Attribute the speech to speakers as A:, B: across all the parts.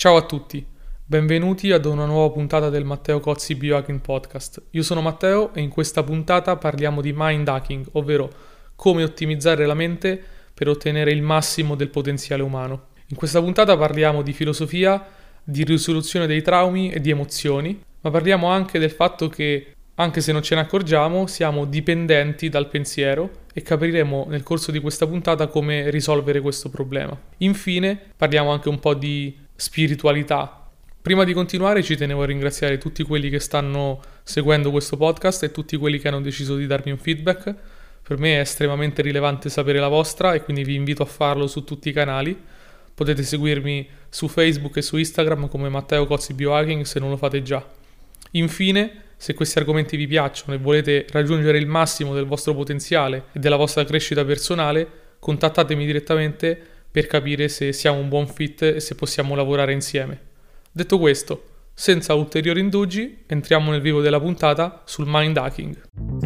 A: Ciao a tutti, benvenuti ad una nuova puntata del Matteo Cozzi Biohacking Podcast. Io sono Matteo e in questa puntata parliamo di mind hacking, ovvero come ottimizzare la mente per ottenere il massimo del potenziale umano. In questa puntata parliamo di filosofia, di risoluzione dei traumi e di emozioni, ma parliamo anche del fatto che, anche se non ce ne accorgiamo, siamo dipendenti dal pensiero e capiremo nel corso di questa puntata come risolvere questo problema. Infine, parliamo anche un po' di spiritualità. Prima di continuare ci tenevo a ringraziare tutti quelli che stanno seguendo questo podcast e tutti quelli che hanno deciso di darmi un feedback. Per me è estremamente rilevante sapere la vostra e quindi vi invito a farlo su tutti i canali. Potete seguirmi su Facebook e su Instagram come Matteo Cozzi Biohacking se non lo fate già. Infine, se questi argomenti vi piacciono e volete raggiungere il massimo del vostro potenziale e della vostra crescita personale, contattatemi direttamente per capire se siamo un buon fit e se possiamo lavorare insieme. Detto questo, senza ulteriori indugi, entriamo nel vivo della puntata sul mind hacking.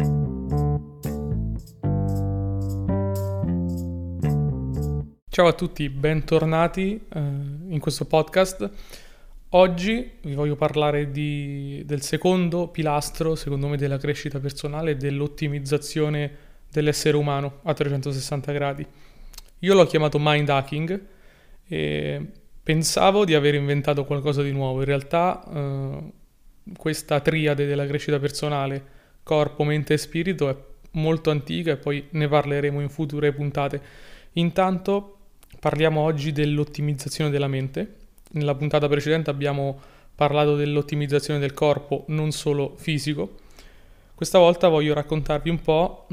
A: Ciao a tutti, bentornati in questo podcast. Oggi vi voglio parlare del secondo pilastro, secondo me, della crescita personale, dell'ottimizzazione dell'essere umano a 360 gradi. Io l'ho chiamato mind hacking e pensavo di aver inventato qualcosa di nuovo. In realtà questa triade della crescita personale, corpo, mente e spirito, è molto antica e poi ne parleremo in future puntate. Intanto parliamo oggi dell'ottimizzazione della mente. Nella puntata precedente abbiamo parlato dell'ottimizzazione del corpo, non solo fisico. Questa volta voglio raccontarvi un po'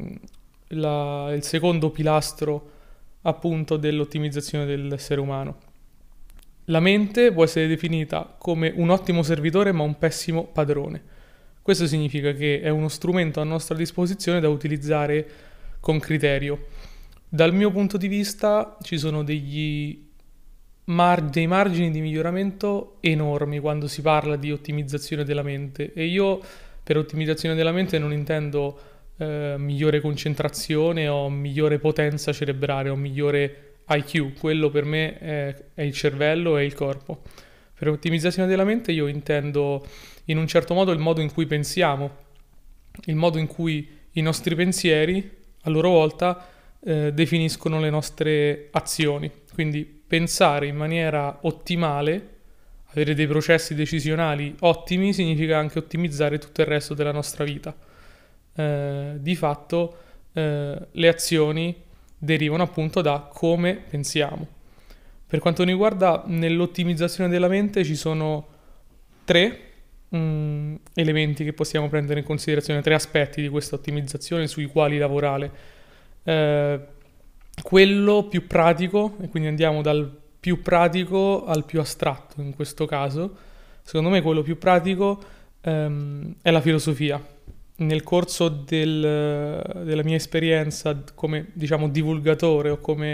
A: il secondo pilastro appunto dell'ottimizzazione dell'essere umano. La mente può essere definita come un ottimo servitore ma un pessimo padrone. Questo significa che è uno strumento a nostra disposizione da utilizzare con criterio. Dal mio punto di vista ci sono dei margini di miglioramento enormi quando si parla di ottimizzazione della mente, e io per ottimizzazione della mente non intendo migliore concentrazione o migliore potenza cerebrale o migliore IQ. Quello per me è il cervello e il corpo. Per ottimizzazione della mente io intendo in un certo modo il modo in cui pensiamo, il modo in cui i nostri pensieri a loro volta definiscono le nostre azioni. Quindi pensare in maniera ottimale, avere dei processi decisionali ottimi, significa anche ottimizzare tutto il resto della nostra vita. Di fatto le azioni derivano appunto da come pensiamo. Per quanto mi riguarda, nell'ottimizzazione della mente ci sono tre elementi che possiamo prendere in considerazione, tre aspetti di questa ottimizzazione sui quali lavorare. Quello più pratico, e quindi andiamo dal più pratico al più astratto in questo caso. Secondo me quello più pratico è la filosofia. Nel corso della mia esperienza come, diciamo, divulgatore o come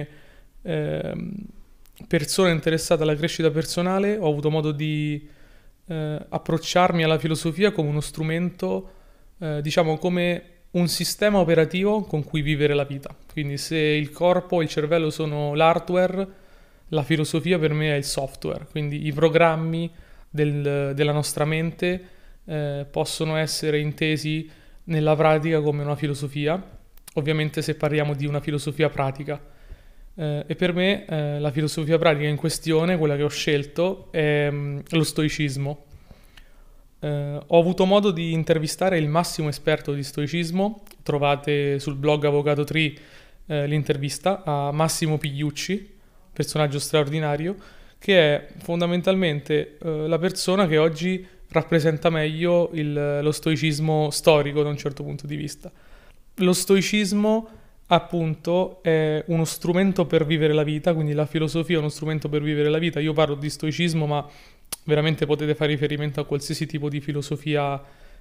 A: persona interessata alla crescita personale, ho avuto modo di approcciarmi alla filosofia come uno strumento, diciamo come un sistema operativo con cui vivere la vita. Quindi se il corpo e il cervello sono l'hardware, la filosofia per me è il software. Quindi i programmi della nostra mente possono essere intesi nella pratica come una filosofia, ovviamente se parliamo di una filosofia pratica. E per me la filosofia pratica in questione, quella che ho scelto, è lo stoicismo. Ho avuto modo di intervistare il massimo esperto di stoicismo. Trovate sul blog Avvocato Tree l'intervista a Massimo Pigliucci, personaggio straordinario, che è fondamentalmente la persona che oggi rappresenta meglio lo stoicismo storico da un certo punto di vista. Lo stoicismo appunto è uno strumento per vivere la vita, quindi la filosofia è uno strumento per vivere la vita. Io parlo di stoicismo, ma veramente potete fare riferimento a qualsiasi tipo di filosofia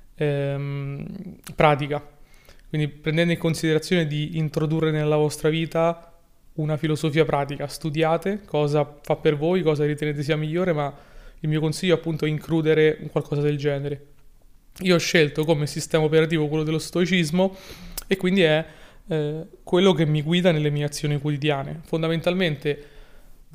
A: pratica. Quindi prendendo in considerazione di introdurre nella vostra vita una filosofia pratica, studiate cosa fa per voi, cosa ritenete sia migliore, ma il mio consiglio è appunto includere qualcosa del genere. Io ho scelto come sistema operativo quello dello stoicismo e quindi è quello che mi guida nelle mie azioni quotidiane. Fondamentalmente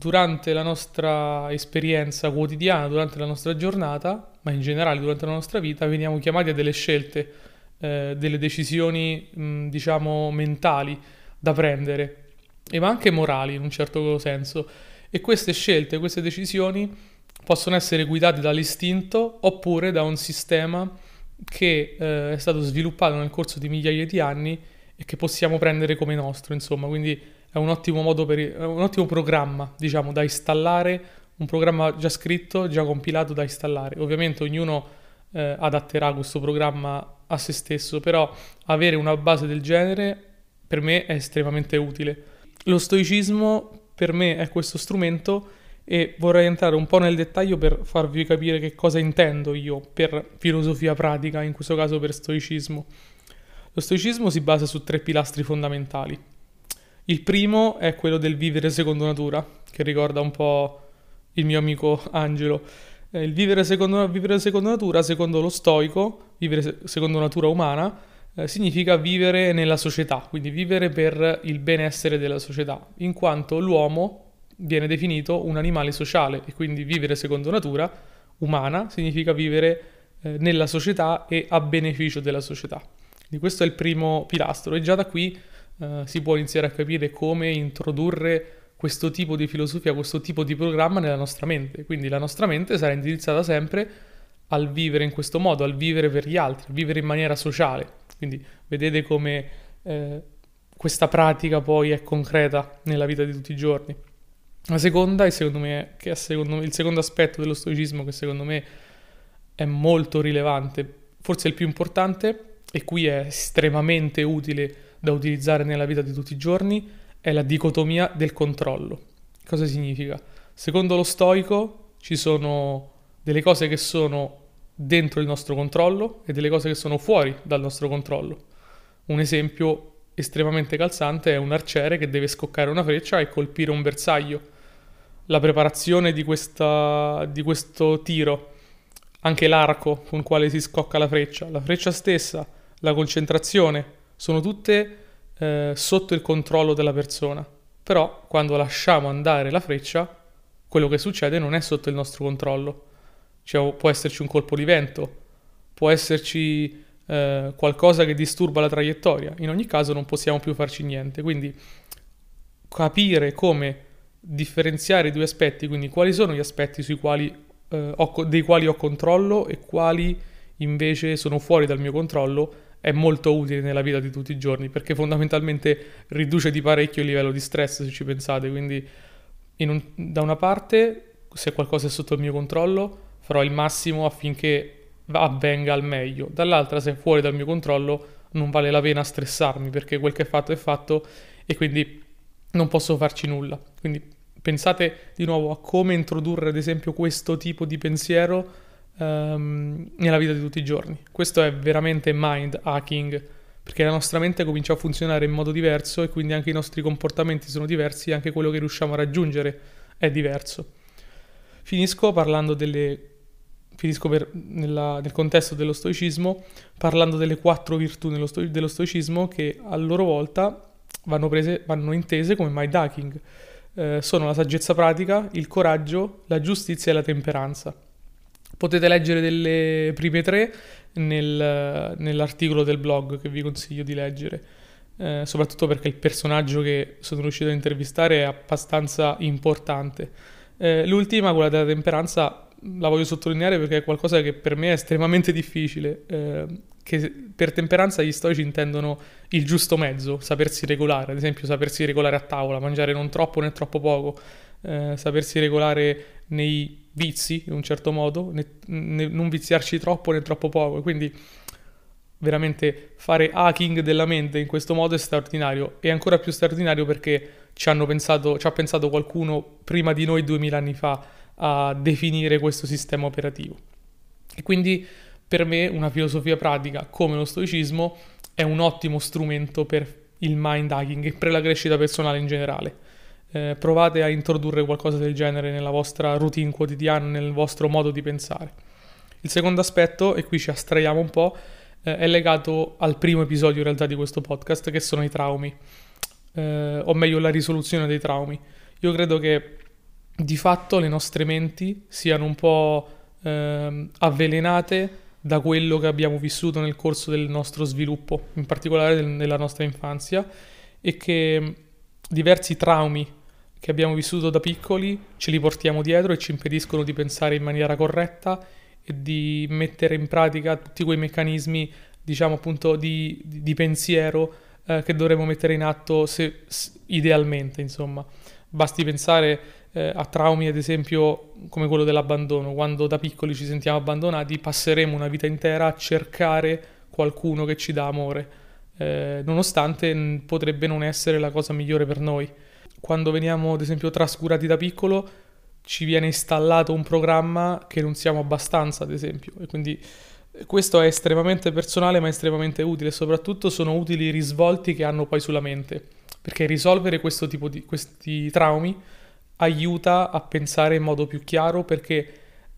A: durante la nostra esperienza quotidiana, durante la nostra giornata, ma in generale durante la nostra vita, veniamo chiamati a delle scelte, delle decisioni, diciamo, mentali da prendere, ma anche morali in un certo senso. E queste scelte, queste decisioni possono essere guidate dall'istinto oppure da un sistema che è stato sviluppato nel corso di migliaia di anni e che possiamo prendere come nostro, insomma, quindi è un ottimo è un ottimo programma, diciamo, da installare, un programma già scritto, già compilato da installare. Ovviamente ognuno adatterà questo programma a se stesso, però avere una base del genere per me è estremamente utile. Lo stoicismo per me è questo strumento e vorrei entrare un po' nel dettaglio per farvi capire che cosa intendo io per filosofia pratica, in questo caso per stoicismo. Lo stoicismo si basa su 3 pilastri fondamentali. Il primo è quello del vivere secondo natura, che ricorda un po' il mio amico Angelo. Il vivere secondo natura, secondo lo stoico, vivere secondo natura umana, significa vivere nella società, quindi vivere per il benessere della società, in quanto l'uomo viene definito un animale sociale e quindi vivere secondo natura umana significa vivere nella società e a beneficio della società. Quindi questo è il primo pilastro e già da qui si può iniziare a capire come introdurre questo tipo di filosofia, questo tipo di programma nella nostra mente. Quindi la nostra mente sarà indirizzata sempre al vivere in questo modo, al vivere per gli altri, a vivere in maniera sociale. Quindi vedete come questa pratica poi è concreta nella vita di tutti i giorni. La seconda, il secondo aspetto dello stoicismo che secondo me è molto rilevante, forse il più importante, e qui è estremamente utile da utilizzare nella vita di tutti i giorni, è la dicotomia del controllo. Cosa significa? Secondo lo stoico ci sono delle cose che sono dentro il nostro controllo e delle cose che sono fuori dal nostro controllo. Un esempio estremamente calzante è un arciere che deve scoccare una freccia e colpire un bersaglio. La preparazione di questo tiro, anche l'arco con il quale si scocca la freccia stessa, la concentrazione, sono tutte sotto il controllo della persona. Però quando lasciamo andare la freccia, quello che succede non è sotto il nostro controllo. Cioè, può esserci un colpo di vento, può esserci qualcosa che disturba la traiettoria. In ogni caso non possiamo più farci niente. Quindi capire come differenziare i due aspetti, quindi quali sono gli aspetti dei quali ho controllo e quali invece sono fuori dal mio controllo, è molto utile nella vita di tutti i giorni perché fondamentalmente riduce di parecchio il livello di stress, se ci pensate. Quindi da una parte, se qualcosa è sotto il mio controllo, farò il massimo affinché avvenga al meglio. Dall'altra, se è fuori dal mio controllo, non vale la pena stressarmi perché quel che è fatto e quindi non posso farci nulla. Quindi pensate di nuovo a come introdurre ad esempio questo tipo di pensiero nella vita di tutti i giorni. Questo è veramente mind hacking, perché la nostra mente comincia a funzionare in modo diverso e quindi anche i nostri comportamenti sono diversi e anche quello che riusciamo a raggiungere è diverso. Finisco nel contesto dello stoicismo parlando delle 4 virtù dello stoicismo che a loro volta vanno intese come mind hacking. Sono la saggezza pratica, il coraggio, la giustizia e la temperanza. Potete leggere delle prime 3 nell'articolo del blog che vi consiglio di leggere, soprattutto perché il personaggio che sono riuscito a intervistare è abbastanza importante. L'ultima, quella della temperanza, la voglio sottolineare perché è qualcosa che per me è estremamente difficile, che per temperanza gli stoici intendono il giusto mezzo, sapersi regolare, ad esempio sapersi regolare a tavola, mangiare non troppo né troppo poco, sapersi regolare nei vizi in un certo modo, non viziarci troppo né troppo poco, quindi veramente fare hacking della mente in questo modo è straordinario e ancora più straordinario perché ci ha pensato qualcuno prima di noi 2000 anni fa a definire questo sistema operativo. E quindi per me una filosofia pratica come lo stoicismo è un ottimo strumento per il mind hacking e per la crescita personale in generale. Provate a introdurre qualcosa del genere nella vostra routine quotidiana, nel vostro modo di pensare. Il secondo aspetto, e qui ci astraiamo un po', è legato al primo episodio in realtà di questo podcast, che sono i traumi, o meglio la risoluzione dei traumi. Io credo che di fatto le nostre menti siano un po' avvelenate da quello che abbiamo vissuto nel corso del nostro sviluppo, in particolare nella nostra infanzia, e che diversi traumi che abbiamo vissuto da piccoli ce li portiamo dietro e ci impediscono di pensare in maniera corretta e di mettere in pratica tutti quei meccanismi, diciamo appunto, di pensiero che dovremmo mettere in atto idealmente, insomma. Basti pensare a traumi, ad esempio, come quello dell'abbandono. Quando da piccoli ci sentiamo abbandonati, passeremo una vita intera a cercare qualcuno che ci dà amore, nonostante potrebbe non essere la cosa migliore per noi. Quando veniamo, ad esempio, trascurati da piccolo, ci viene installato un programma che non siamo abbastanza, ad esempio, e quindi questo è estremamente personale ma estremamente utile, e soprattutto sono utili i risvolti che hanno poi sulla mente, perché risolvere questo tipo di questi traumi aiuta a pensare in modo più chiaro, perché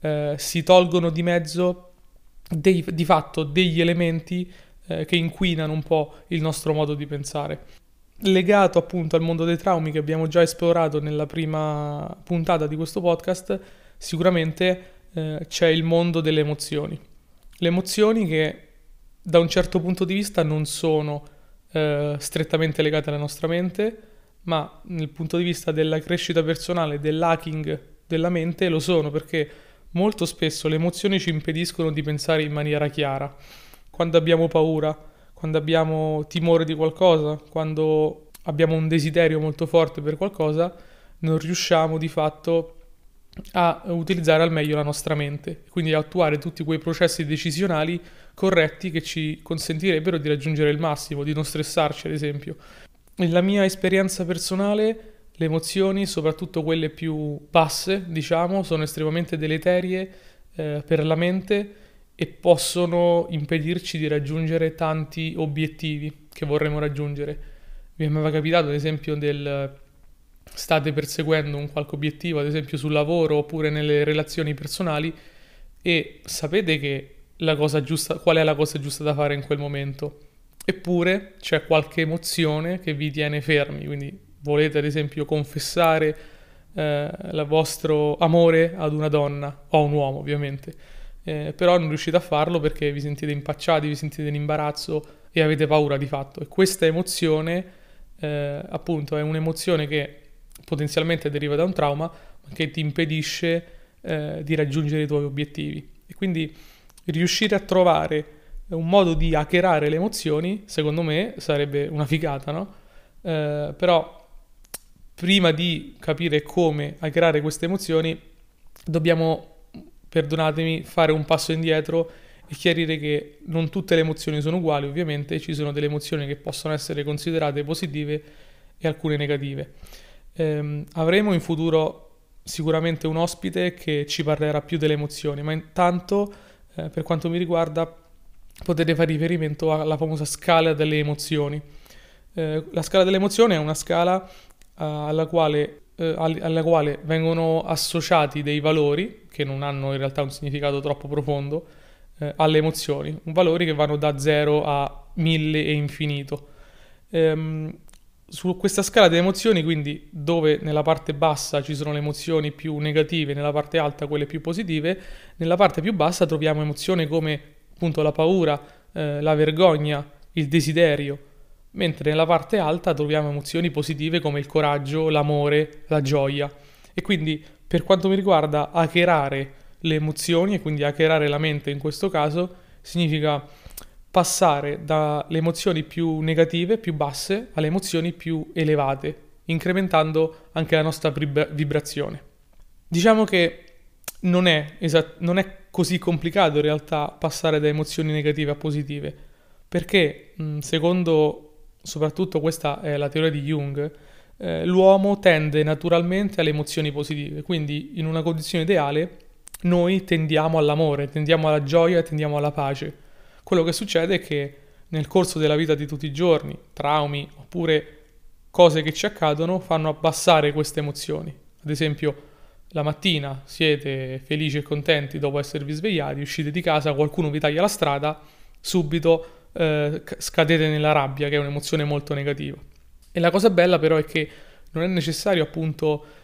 A: si tolgono di mezzo di fatto degli elementi che inquinano un po' il nostro modo di pensare. Legato appunto al mondo dei traumi che abbiamo già esplorato nella prima puntata di questo podcast, sicuramente c'è il mondo delle emozioni. Le emozioni che da un certo punto di vista non sono strettamente legate alla nostra mente, ma nel punto di vista della crescita personale, dell'hacking della mente, lo sono, perché molto spesso le emozioni ci impediscono di pensare in maniera chiara. Quando abbiamo paura, quando abbiamo timore di qualcosa, quando abbiamo un desiderio molto forte per qualcosa, non riusciamo di fatto a utilizzare al meglio la nostra mente, quindi a attuare tutti quei processi decisionali corretti che ci consentirebbero di raggiungere il massimo, di non stressarci, ad esempio. Nella mia esperienza personale, le emozioni, soprattutto quelle più basse, diciamo, sono estremamente deleterie per la mente e possono impedirci di raggiungere tanti obiettivi che vorremmo raggiungere. Mi è mai capitato, ad esempio, state perseguendo un qualche obiettivo, ad esempio sul lavoro oppure nelle relazioni personali, e sapete che qual è la cosa giusta da fare in quel momento. Eppure c'è qualche emozione che vi tiene fermi, quindi volete ad esempio confessare il vostro amore ad una donna o a un uomo, ovviamente, però non riuscite a farlo perché vi sentite impacciati, vi sentite in imbarazzo e avete paura di fatto. E questa emozione, appunto, è un'emozione che potenzialmente deriva da un trauma, ma che ti impedisce di raggiungere i tuoi obiettivi. E quindi riuscire a trovare un modo di hackerare le emozioni, secondo me, sarebbe una figata, no? Però prima di capire come hackerare queste emozioni, dobbiamo, perdonatemi, fare un passo indietro e chiarire che non tutte le emozioni sono uguali, ovviamente, ci sono delle emozioni che possono essere considerate positive e alcune negative. Avremo in futuro sicuramente un ospite che ci parlerà più delle emozioni, ma intanto, per quanto mi riguarda, potete fare riferimento alla famosa scala delle emozioni. La scala delle emozioni è una scala alla quale vengono associati dei valori che non hanno in realtà un significato troppo profondo alle emozioni, valori che vanno da 0 a 1000 e infinito. Su questa scala delle emozioni, quindi, dove nella parte bassa ci sono le emozioni più negative, nella parte alta quelle più positive, nella parte più bassa troviamo emozioni come appunto la paura, la vergogna, il desiderio, mentre nella parte alta troviamo emozioni positive come il coraggio, l'amore, la gioia. E quindi, per quanto mi riguarda, hackerare le emozioni, e quindi hackerare la mente in questo caso, significa passare dalle emozioni più negative, più basse, alle emozioni più elevate, incrementando anche la nostra vibrazione. Diciamo che non è così complicato in realtà passare da emozioni negative a positive, perché secondo soprattutto questa è la teoria di Jung, l'uomo tende naturalmente alle emozioni positive, quindi in una condizione ideale noi tendiamo all'amore, tendiamo alla gioia, tendiamo alla pace. Quello che succede è che nel corso della vita di tutti i giorni, traumi oppure cose che ci accadono fanno abbassare queste emozioni. Ad esempio, la mattina siete felici e contenti dopo esservi svegliati, uscite di casa, qualcuno vi taglia la strada, subito scadete nella rabbia, che è un'emozione molto negativa. E la cosa bella però è che non è necessario appunto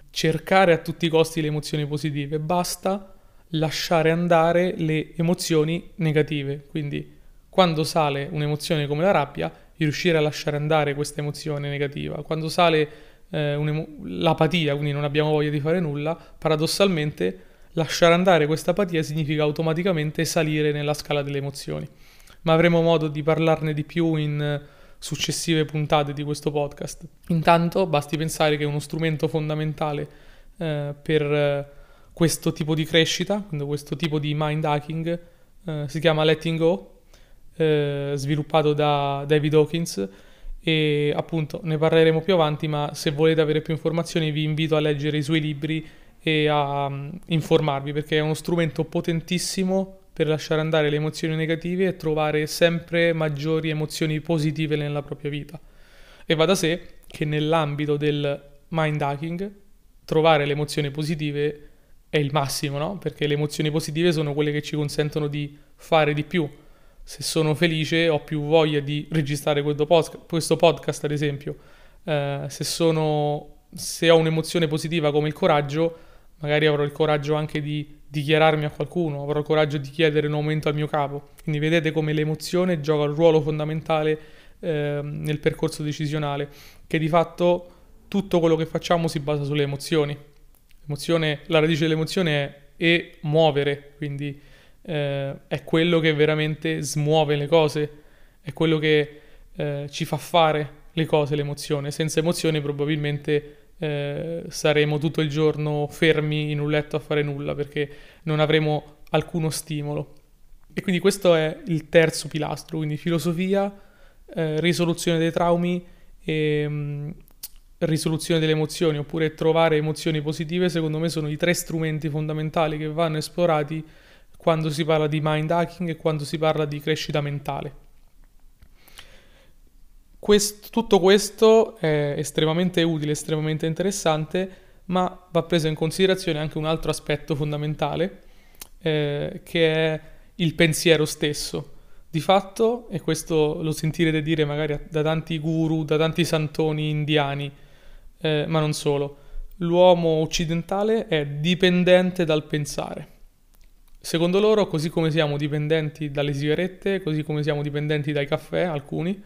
A: cercare a tutti i costi le emozioni positive, basta lasciare andare le emozioni negative. Quindi quando sale un'emozione come la rabbia, riuscire a lasciare andare questa emozione negativa. Quando sale l'apatia, quindi non abbiamo voglia di fare nulla, paradossalmente lasciare andare questa apatia significa automaticamente salire nella scala delle emozioni. Ma avremo modo di parlarne di più in successive puntate di questo podcast. Intanto basti pensare che uno strumento fondamentale per questo tipo di crescita, quindi questo tipo di mind hacking, si chiama Letting Go, sviluppato da David Hawkins, e appunto ne parleremo più avanti, ma se volete avere più informazioni vi invito a leggere i suoi libri e a informarvi, perché è uno strumento potentissimo per lasciare andare le emozioni negative e trovare sempre maggiori emozioni positive nella propria vita. E va da sé che nell'ambito del mind hacking trovare le emozioni positive è il massimo, no? Perché le emozioni positive sono quelle che ci consentono di fare di più. Se sono felice ho più voglia di registrare questo podcast, ad esempio. Se ho un'emozione positiva come il coraggio, magari avrò il coraggio anche di dichiararmi a qualcuno, avrò il coraggio di chiedere un aumento al mio capo. Quindi vedete come l'emozione gioca un ruolo fondamentale nel percorso decisionale, che di fatto tutto quello che facciamo si basa sulle emozioni. La radice dell'emozione è muovere, quindi è quello che veramente smuove le cose, è quello che ci fa fare le cose, l'emozione. Senza emozione probabilmente saremo tutto il giorno fermi in un letto a fare nulla, perché non avremo alcuno stimolo. E quindi questo è il terzo pilastro, quindi filosofia, risoluzione dei traumi e risoluzione delle emozioni, oppure trovare emozioni positive. Secondo me sono i tre strumenti fondamentali che vanno esplorati quando si parla di mind hacking e quando si parla di crescita mentale. Tutto questo è estremamente utile, estremamente interessante, ma va preso in considerazione anche un altro aspetto fondamentale, che è il pensiero stesso. Di fatto, e questo lo sentirete dire magari da tanti guru, da tanti santoni indiani, ma non solo, l'uomo occidentale è dipendente dal pensare. Secondo loro, così come siamo dipendenti dalle sigarette, così come siamo dipendenti dai caffè, alcuni,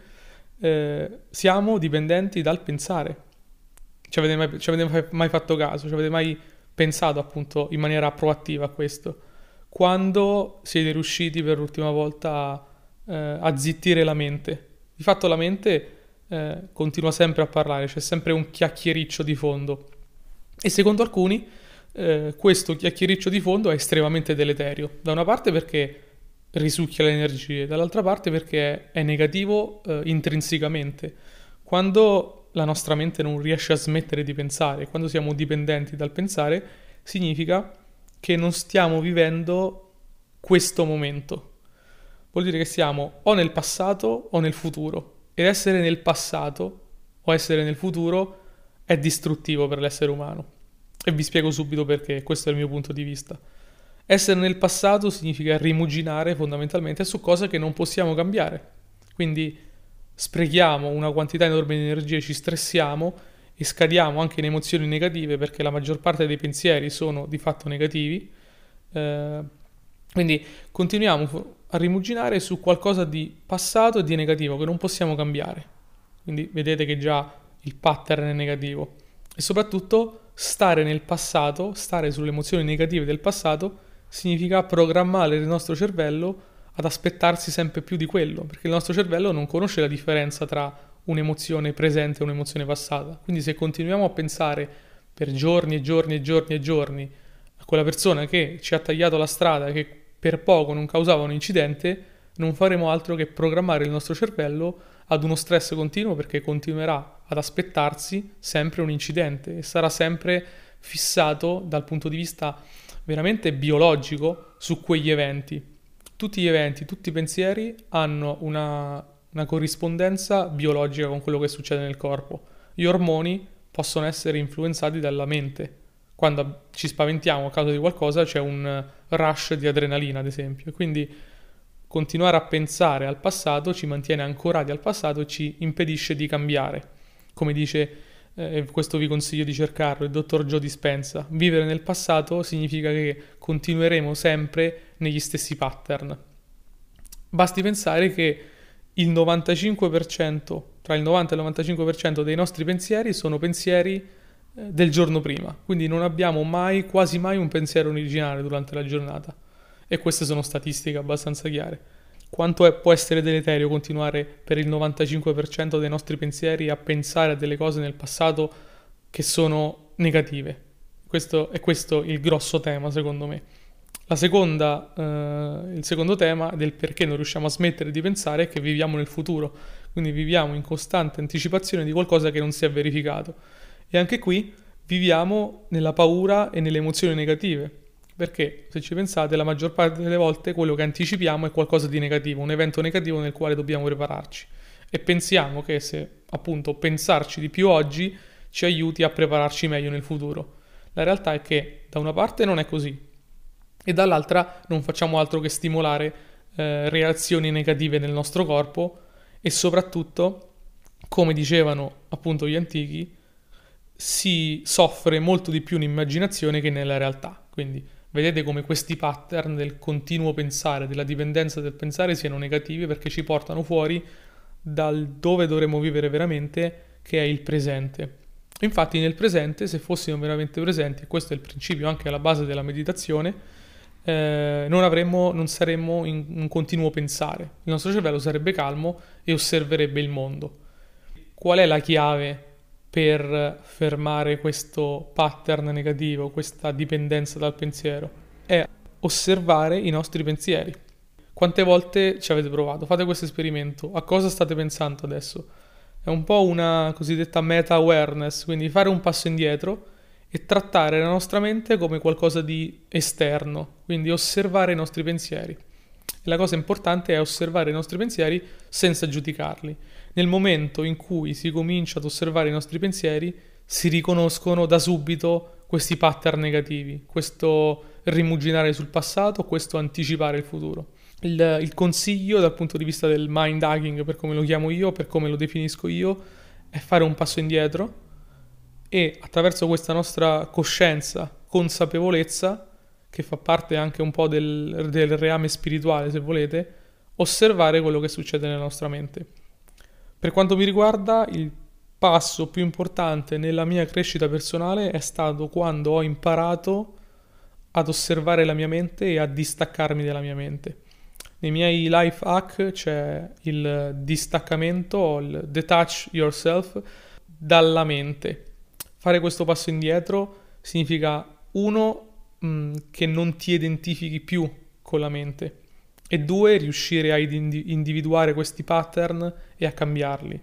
A: siamo dipendenti dal pensare. Ci avete mai fatto caso? Ci avete mai pensato appunto in maniera proattiva a questo? Quando siete riusciti per l'ultima volta a zittire la mente? Di fatto la mente continua sempre a parlare, c'è sempre un chiacchiericcio di fondo. E secondo alcuni questo chiacchiericcio di fondo è estremamente deleterio. Da una parte perché risucchia le energie, dall'altra parte perché è negativo intrinsecamente. Quando la nostra mente non riesce a smettere di pensare, quando siamo dipendenti dal pensare, significa che non stiamo vivendo questo momento. Vuol dire che siamo o nel passato o nel futuro. Ed essere nel passato o essere nel futuro è distruttivo per l'essere umano. E vi spiego subito perché, questo è il mio punto di vista. Essere nel passato significa rimuginare fondamentalmente su cose che non possiamo cambiare. Quindi sprechiamo una quantità enorme di energie, ci stressiamo e scadiamo anche in emozioni negative, perché la maggior parte dei pensieri sono di fatto negativi. Quindi continuiamo a rimuginare su qualcosa di passato e di negativo che non possiamo cambiare. Quindi vedete che già il pattern è negativo. E soprattutto stare nel passato, stare sulle emozioni negative del passato, significa programmare il nostro cervello ad aspettarsi sempre più di quello, perché il nostro cervello non conosce la differenza tra un'emozione presente e un'emozione passata. Quindi se continuiamo a pensare per giorni e giorni e giorni e giorni a quella persona che ci ha tagliato la strada, che per poco non causava un incidente, non faremo altro che programmare il nostro cervello ad uno stress continuo, perché continuerà ad aspettarsi sempre un incidente e sarà sempre fissato dal punto di vista veramente biologico su quegli eventi. Tutti gli eventi, tutti i pensieri hanno una corrispondenza biologica con quello che succede nel corpo. Gli ormoni possono essere influenzati dalla mente. Quando ci spaventiamo a causa di qualcosa c'è un rush di adrenalina, ad esempio. Quindi continuare a pensare al passato ci mantiene ancorati al passato e ci impedisce di cambiare. Come dice e questo vi consiglio di cercarlo, il dottor Joe Dispenza. Vivere nel passato significa che continueremo sempre negli stessi pattern. Basti pensare che il 95%, tra il 90 e il 95% dei nostri pensieri sono pensieri del giorno prima, quindi non abbiamo mai, quasi mai un pensiero originale durante la giornata. E queste sono statistiche abbastanza chiare. Può essere deleterio continuare per il 95% dei nostri pensieri a pensare a delle cose nel passato che sono negative. Questo è il grosso tema, secondo me. Il secondo tema del perché non riusciamo a smettere di pensare è che viviamo nel futuro, quindi viviamo in costante anticipazione di qualcosa che non si è verificato. E anche qui viviamo nella paura e nelle emozioni negative. Perché, se ci pensate, la maggior parte delle volte quello che anticipiamo è qualcosa di negativo, un evento negativo nel quale dobbiamo prepararci. E pensiamo che se, appunto, pensarci di più oggi ci aiuti a prepararci meglio nel futuro. La realtà è che da una parte non è così e dall'altra non facciamo altro che stimolare reazioni negative nel nostro corpo e soprattutto, come dicevano appunto gli antichi, si soffre molto di più in immaginazione che nella realtà. Quindi vedete come questi pattern del continuo pensare, della dipendenza del pensare siano negativi perché ci portano fuori dal dove dovremmo vivere veramente, che è il presente. Infatti nel presente, se fossimo veramente presenti, e questo è il principio anche alla base della meditazione, non saremmo in un continuo pensare. Il nostro cervello sarebbe calmo e osserverebbe il mondo. Qual è la chiave per fermare questo pattern negativo, questa dipendenza dal pensiero? È osservare i nostri pensieri. Quante volte ci avete provato? Fate questo esperimento. A cosa state pensando adesso? È un po' una cosiddetta meta-awareness, quindi fare un passo indietro e trattare la nostra mente come qualcosa di esterno, quindi osservare i nostri pensieri. E la cosa importante è osservare i nostri pensieri senza giudicarli. Nel momento in cui si comincia ad osservare i nostri pensieri, si riconoscono da subito questi pattern negativi, questo rimuginare sul passato, questo anticipare il futuro. Il consiglio dal punto di vista del mind hacking, per come lo chiamo io, per come lo definisco io, è fare un passo indietro e attraverso questa nostra coscienza, consapevolezza, che fa parte anche un po' del reame spirituale, se volete, osservare quello che succede nella nostra mente. Per quanto mi riguarda, il passo più importante nella mia crescita personale è stato quando ho imparato ad osservare la mia mente e a distaccarmi dalla mia mente. Nei miei life hack c'è il distaccamento, il detach yourself dalla mente. Fare questo passo indietro significa, uno, che non ti identifichi più con la mente e due, riuscire a individuare questi pattern e a cambiarli.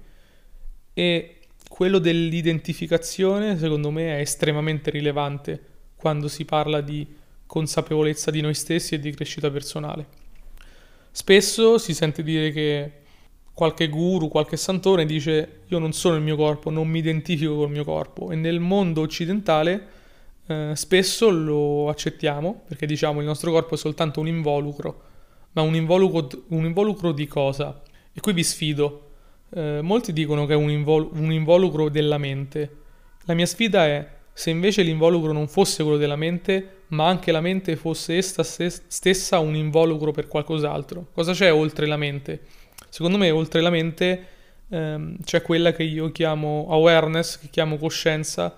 A: E quello dell'identificazione, secondo me, è estremamente rilevante quando si parla di consapevolezza di noi stessi e di crescita personale. Spesso si sente dire che qualche guru, qualche santone dice: io non sono il mio corpo, non mi identifico col mio corpo. E nel mondo occidentale spesso lo accettiamo perché diciamo il nostro corpo è soltanto un involucro, ma un involucro di cosa? E qui vi sfido. Molti dicono che è un involucro della mente. La mia sfida è: se invece l'involucro non fosse quello della mente, ma anche la mente fosse essa stessa un involucro per qualcos'altro. Cosa c'è oltre la mente? Secondo me oltre la mente c'è quella che io chiamo awareness, che chiamo coscienza.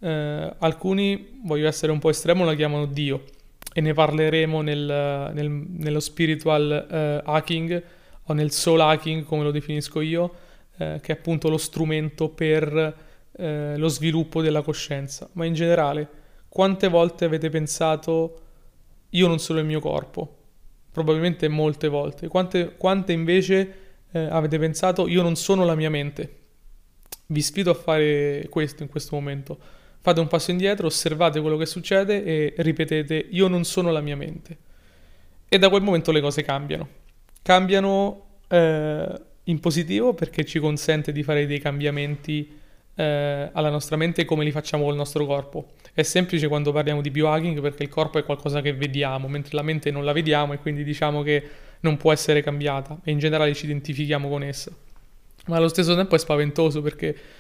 A: Alcuni, voglio essere un po' estremo, la chiamano Dio e ne parleremo nello spiritual hacking o nel soul hacking, come lo definisco io, che è appunto lo strumento per lo sviluppo della coscienza. Ma in generale, quante volte avete pensato io non sono il mio corpo? Probabilmente molte volte. Quante invece avete pensato io non sono la mia mente? Vi sfido a fare questo in questo momento. Fate un passo indietro, osservate quello che succede e ripetete io non sono la mia mente. E da quel momento le cose cambiano. Cambiano in positivo perché ci consente di fare dei cambiamenti alla nostra mente come li facciamo col nostro corpo. È semplice quando parliamo di biohacking perché il corpo è qualcosa che vediamo, mentre la mente non la vediamo e quindi diciamo che non può essere cambiata e in generale ci identifichiamo con essa. Ma allo stesso tempo è spaventoso perché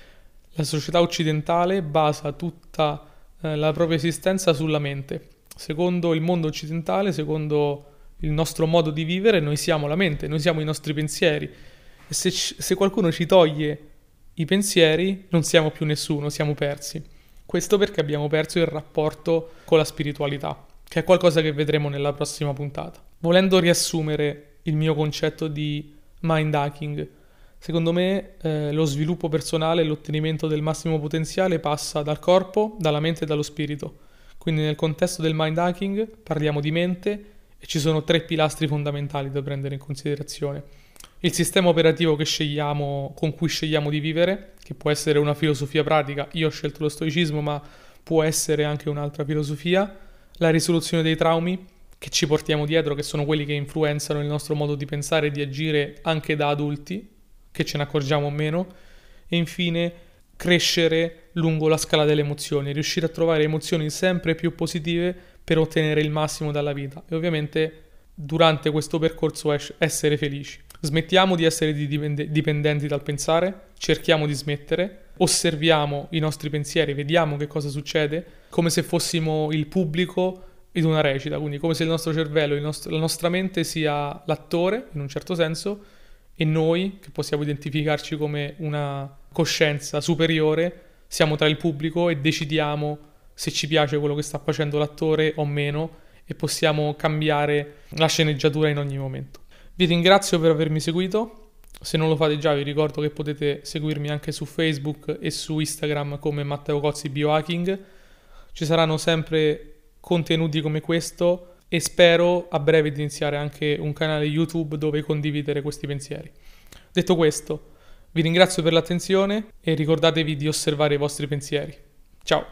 A: La società occidentale basa tutta la propria esistenza sulla mente. Secondo il mondo occidentale, secondo il nostro modo di vivere, noi siamo la mente, noi siamo i nostri pensieri. E se qualcuno ci toglie i pensieri, non siamo più nessuno, siamo persi. Questo perché abbiamo perso il rapporto con la spiritualità, che è qualcosa che vedremo nella prossima puntata. Volendo riassumere il mio concetto di mind hacking, secondo me lo sviluppo personale e l'ottenimento del massimo potenziale passa dal corpo, dalla mente e dallo spirito. Quindi nel contesto del mind hacking parliamo di mente e ci sono 3 pilastri fondamentali da prendere in considerazione. Il sistema operativo che scegliamo, con cui scegliamo di vivere, che può essere una filosofia pratica, io ho scelto lo stoicismo, ma può essere anche un'altra filosofia, la risoluzione dei traumi che ci portiamo dietro, che sono quelli che influenzano il nostro modo di pensare e di agire anche da adulti, che ce ne accorgiamo o meno, e infine crescere lungo la scala delle emozioni, riuscire a trovare emozioni sempre più positive per ottenere il massimo dalla vita e ovviamente durante questo percorso essere felici. Smettiamo di essere dipendenti dal pensare, cerchiamo di smettere, osserviamo i nostri pensieri, vediamo che cosa succede, come se fossimo il pubblico in una recita, quindi come se il nostro cervello, la nostra mente sia l'attore in un certo senso e noi, che possiamo identificarci come una coscienza superiore, siamo tra il pubblico e decidiamo se ci piace quello che sta facendo l'attore o meno e possiamo cambiare la sceneggiatura in ogni momento. Vi ringrazio per avermi seguito, se non lo fate già vi ricordo che potete seguirmi anche su Facebook e su Instagram come Matteo Cozzi Biohacking, ci saranno sempre contenuti come questo e spero a breve di iniziare anche un canale YouTube dove condividere questi pensieri. Detto questo, vi ringrazio per l'attenzione e ricordatevi di osservare i vostri pensieri. Ciao!